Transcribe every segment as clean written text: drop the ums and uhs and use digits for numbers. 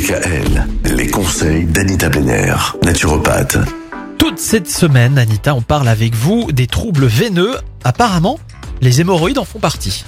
DKL, les conseils d'Anita Benner, naturopathe. Toute cette semaine, Anita, on parle avec vous des troubles veineux. Apparemment, les hémorroïdes en font partie.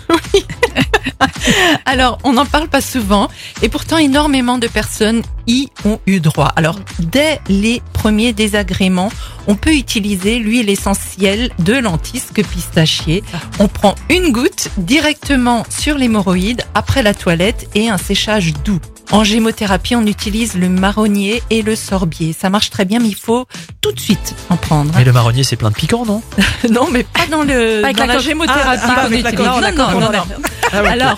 Alors, on n'en parle pas souvent et pourtant énormément de personnes y ont eu droit. Alors, dès les premiers désagréments, on peut utiliser l'huile essentielle de lentisque pistachier. On prend une goutte directement sur l'hémorroïde après la toilette et un séchage doux. En gémothérapie, on utilise le marronnier et le sorbier. Ça marche très bien, mais il faut tout de suite en prendre. Mais le marronnier, c'est plein de piquant, non? Non, mais pas dans la gémothérapie qu'on avec la utilise. coque. Non. Ah, ouais. Alors,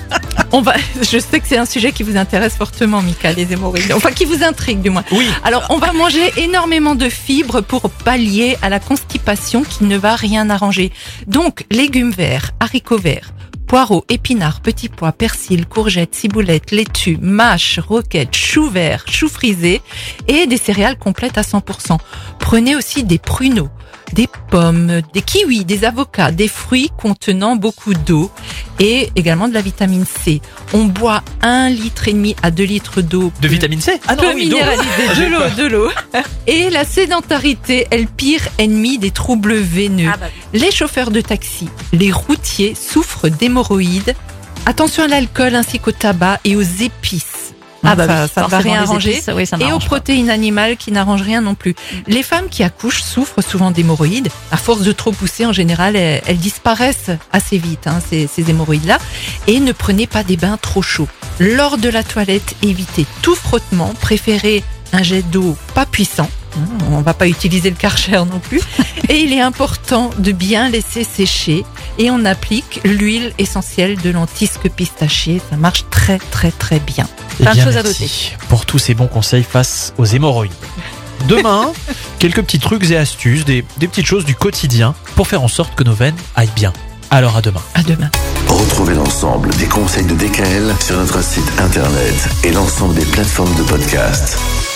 je sais que c'est un sujet qui vous intéresse fortement, Mika, les hémorroïdes. Enfin, qui vous intrigue, du moins. Oui. Alors, on va manger énormément de fibres pour pallier à la constipation qui ne va rien arranger. Donc, légumes verts, haricots verts, poireaux, épinards, petits pois, persil, courgettes, ciboulettes, laitue, mâches, roquettes, choux verts, choux frisés et des céréales complètes à 100%. Prenez aussi des pruneaux, des pommes, des kiwis, des avocats, des fruits contenant beaucoup d'eau et également de la vitamine C. On boit 1,5 litre à 2 litres d'eau. De vitamine C? Ah non, Peu oui, d'eau. minéralisée, de l'eau. Et la sédentarité est le pire ennemi des troubles veineux. Les chauffeurs de taxi, les routiers souffrent d'hémorroïdes. Attention à l'alcool ainsi qu'au tabac et aux épices. Ça ne va rien arranger. Et aux protéines animales qui n'arrangent rien non plus. Les femmes qui accouchent souffrent souvent d'hémorroïdes. À force de trop pousser, en général, elles disparaissent assez vite, ces hémorroïdes-là. Et ne prenez pas des bains trop chauds. Lors de la toilette, évitez tout frottement. Préférez un jet d'eau pas puissant. On va pas utiliser le Karcher non plus. Et il est important de bien laisser sécher. Et on applique l'huile essentielle de lentisque pistachier. Ça marche très très très bien. Plein de choses à noter. Pour tous ces bons conseils face aux hémorroïdes. Demain, quelques petits trucs et astuces, des petites choses du quotidien pour faire en sorte que nos veines aillent bien. Alors à demain. À demain. Retrouvez l'ensemble des conseils de DKL sur notre site internet et l'ensemble des plateformes de podcast.